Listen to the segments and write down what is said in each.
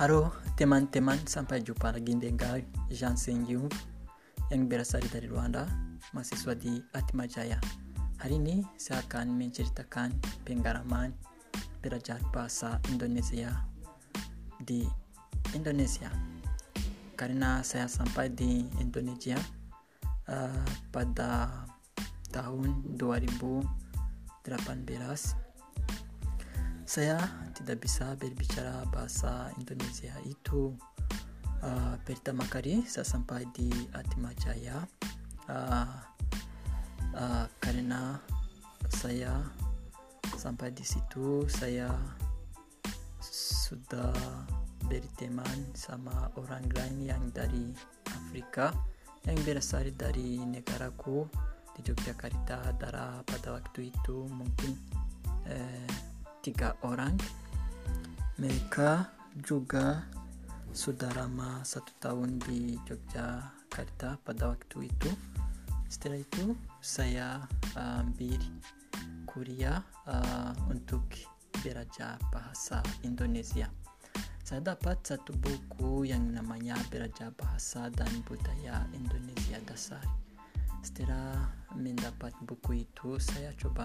Halo teman-teman, sampai jumpa lagi dengan Jansen Yung yang berasal dari Rwanda, mahasiswa di Atmajaya. Hari ini saya akan menceritakan pengalaman belajar bahasa Indonesia di Indonesia. Karena saya sampai di Indonesia pada tahun 2018. Saya tidak bisa berbicara bahasa Indonesia itu. Pertama kali saya sampai di Atmajaya karena saya sampai di situ saya sudah berteman sama orang lain yang dari Afrika yang berasal dari negaraku di Yogyakarta. Pada waktu itu mungkin 3 orang. Mereka juga sudah lama 1 tahun di Yogyakarta pada waktu itu. Setelah itu saya ambil kuliah untuk belajar bahasa Indonesia. Saya dapat satu buku yang namanya Belajar Bahasa dan Budaya Indonesia Dasar. Setelah mendapat buku itu, saya coba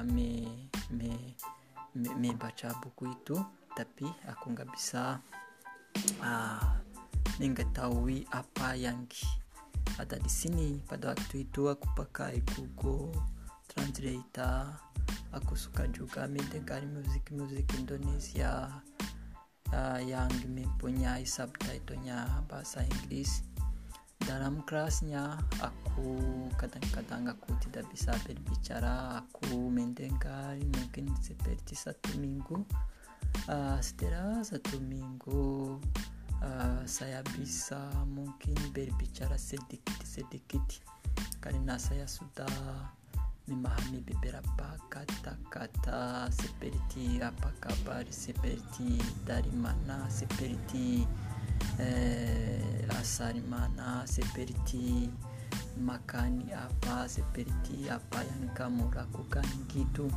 membaca buku itu, tapi aku nggak bisa mengetahui apa yang ada di sini. Pada waktu itu aku pakai Google Translator. Aku suka juga mendengar musik Indonesia yang mempunyai subtitlenya bahasa Inggris. Dalam kelasnya kadang-kadang aku tidak bisa berbicara, aku mendengar mungkin seperti 1 minggu. Setelah 1 minggu saya bisa mungkin berbicara sedikit karena saya sudah memahami beberapa kata-kata seperti apa kabar, seperti dari mana, seperti asal mana, seperti makan apa, seperti apa yang kamu lakukan gitu.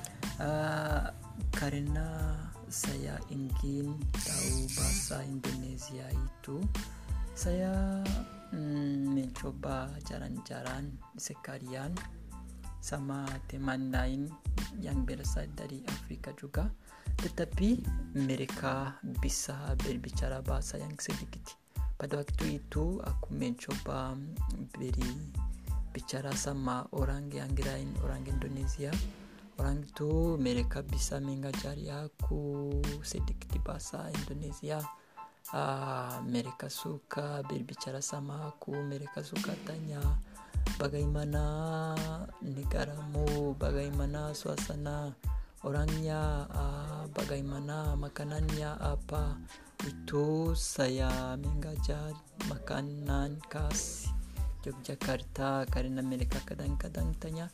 Karena saya ingin tahu bahasa Indonesia itu, saya mencoba jalan-jalan sekalian sama teman lain yang berasal dari Afrika juga, tetapi mereka bisa berbicara bahasa yang sedikit. Pada waktu itu aku mencoba berbicara sama orang yang lain, orang Indonesia. Orang itu mereka bisa mengajari aku sedikit bahasa Indonesia. Mereka suka berbicara sama aku, mereka suka tanya bagaimana negaramu, bagaimana suasana orangnya, bagaimana makanannya apa. Itu saya mengajar makanan khas Yogyakarta karena mereka kadang-kadang tanya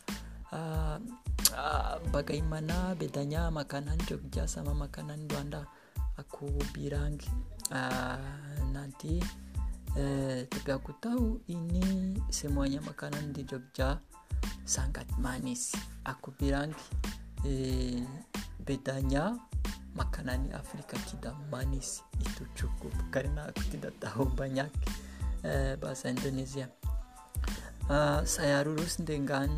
bagaimana bedanya makanan Jogja sama makanan Rwanda. Aku bilang nanti tapi aku tahu ini semuanya makanan di Jogja sangat manis. Aku bilang bedanya makanan di Afrika tidak manis, itu cukup karena aku tidak tahu banyak bahasa Indonesia. Saya lulus dengan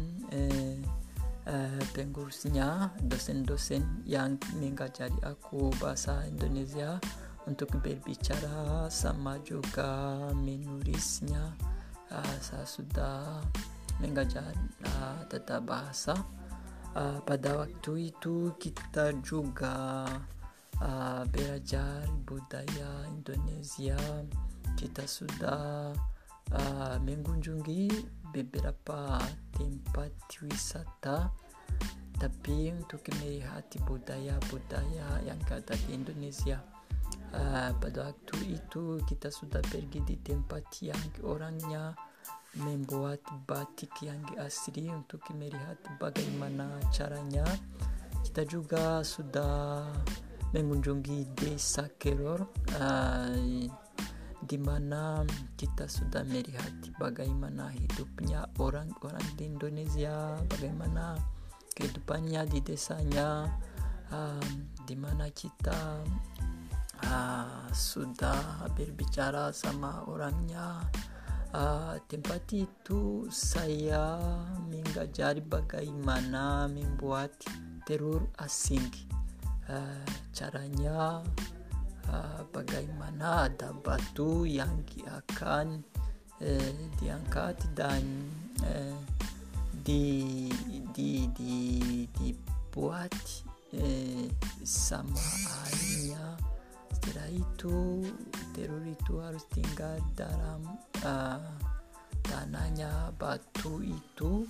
pengurusnya, dosen-dosen yang mengajari aku bahasa Indonesia untuk berbicara sama juga menulisnya. Saya sudah mengajar tata bahasa. Pada waktu itu kita juga belajar budaya Indonesia. Kita sudah mengunjungi beberapa tempat wisata, tapi untuk melihat budaya-budaya yang ada di Indonesia. Pada waktu itu kita sudah pergi di tempat yang orangnya membuat batik yang asli untuk melihat bagaimana caranya. Kita juga sudah mengunjungi desa Keror, di mana kita sudah melihat bagaimana hidupnya orang-orang di Indonesia, bagaimana kehidupannya di desanya, di mana kita sudah berbicara sama orangnya. Tempat itu saya mengajari bagaimana membuat telur asin. Caranya bagaimana ada batu yang akan diangkat dan dibuat sama airnya. Setelah itu telur itu harus tinggal dalam tanahnya batu itu.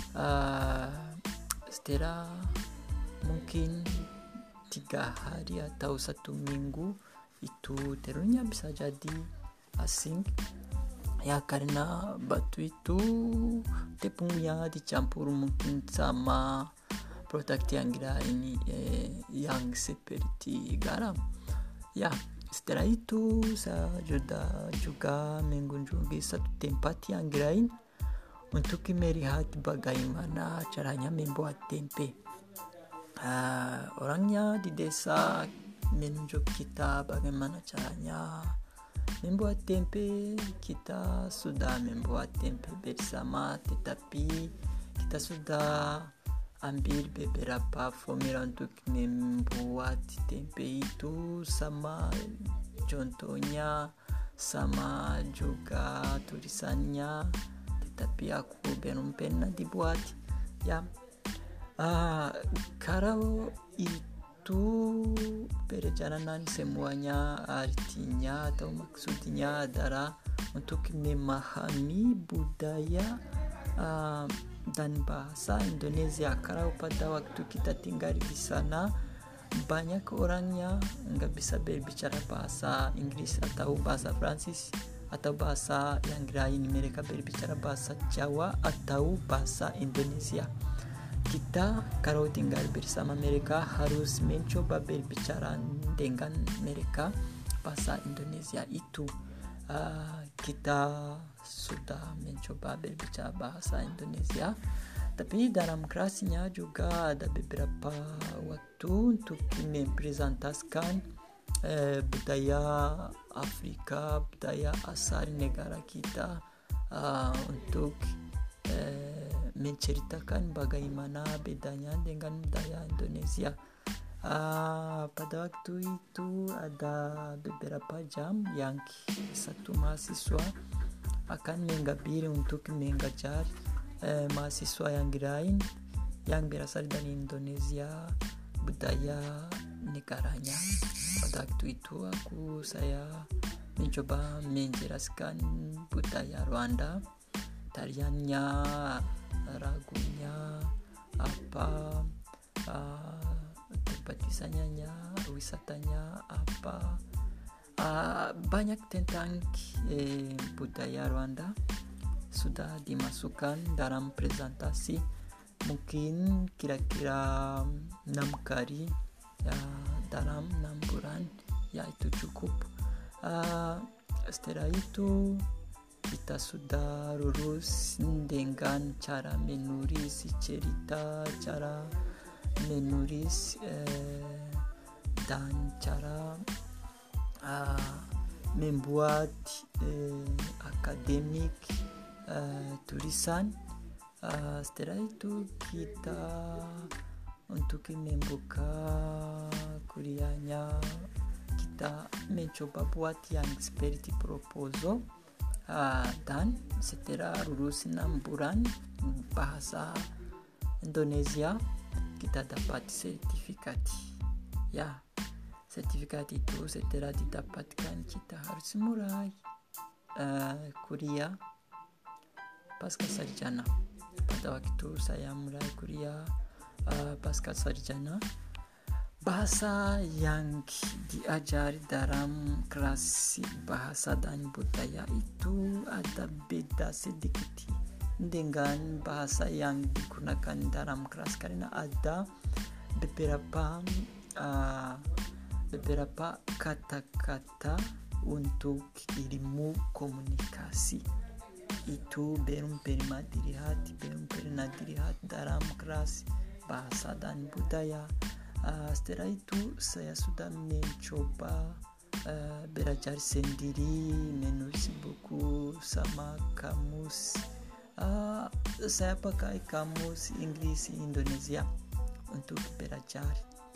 Setelah mungkin 3 hari atau 1 minggu itu telurnya bisa jadi asin. Ya, karena batu itu tepungnya dicampur mungkin sama produk yang lain yang seperti garam. Ya, setelah itu saya juga mengunjungi satu tempat yang lain untuk melihat bagaimana caranya membuat tempe. Orangnya di desa menunjuk kita bagaimana caranya membuat tempe. Kita sudah membuat tempe bersama, tetapi kita sudah ambil beberapa formula untuk membuat tempe itu, sama contohnya, sama juga tulisannya, tetapi aku belum pernah dibuat. Ya, kalau itu perjalanan semuanya artinya atau maksudnya adalah untuk memahami budaya dan bahasa Indonesia. Kalau pada waktu kita tinggal di sana banyak orangnya nggak bisa berbicara bahasa Inggris atau bahasa Prancis atau bahasa yang lain, mereka berbicara bahasa Jawa atau bahasa Indonesia. Kita kalau tinggal bersama mereka harus mencoba berbicara dengan mereka bahasa Indonesia itu. Kita sudah mencoba berbicara bahasa Indonesia, tapi dalam kelasnya juga ada beberapa waktu untuk mempresentasikan budaya Afrika, budaya asal negara kita, untuk menceritakan bagaimana bedanya dengan budaya Indonesia. Pada waktu itu ada beberapa jam yang satu mahasiswa akan mengambil untuk mengajar mahasiswa yang lain yang berasal dari Indonesia budaya negaranya. Pada waktu itu saya mencoba menjelaskan budaya Rwanda, tariannya, lagunya, tempat wisatanya apa, banyak tentang budaya Rwanda sudah dimasukkan dalam presentasi, mungkin kira-kira 6 kali ya, dalam 6 bulan, ya itu cukup. Setelah itu kita sudah lulus dengan cara menulis cerita, cara menulis dan cara membuat akademik tulisan. Setelah itu kita untuk membuka kuliahnya kita mencoba buat yang seperti proposal, dan setelah lulus 6 bulan bahasa Indonesia kita dapat sertifikat. Ya, sertifikat itu setelah didapatkan kita harus mulai kuliah pasca sarjana. Pada waktu saya mulai kuliah pasca sarjana, bahasa yang diajar dalam kelas bahasa dan budaya itu ada beda sedikit dengan bahasa yang digunakan dalam kelas, karena ada beberapa kata-kata untuk ilmu komunikasi itu belum pernah dilihat dalam kelas bahasa dan budaya. Setelah itu saya sudah mencoba belajar sendiri, menulis buku sama kamus. Saya pakai kamus Inggris Indonesia untuk belajar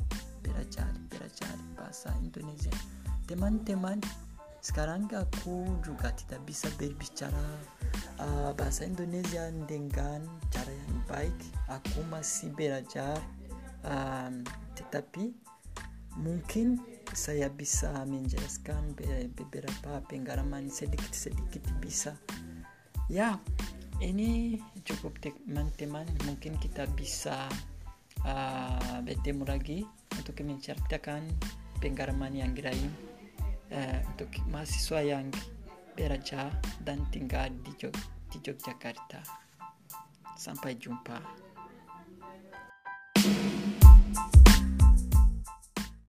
bahasa Indonesia. Teman-teman, sekarang aku juga tidak bisa berbicara bahasa Indonesia dengan cara yang baik. Aku masih belajar, tetapi mungkin saya bisa menjelaskan beberapa pengalaman sedikit bisa. Ya, ini cukup teman-teman. Mungkin kita bisa bertemu lagi untuk menceritakan pengalaman yang lain untuk mahasiswa yang belajar dan tinggal di Yogyakarta. Sampai jumpa.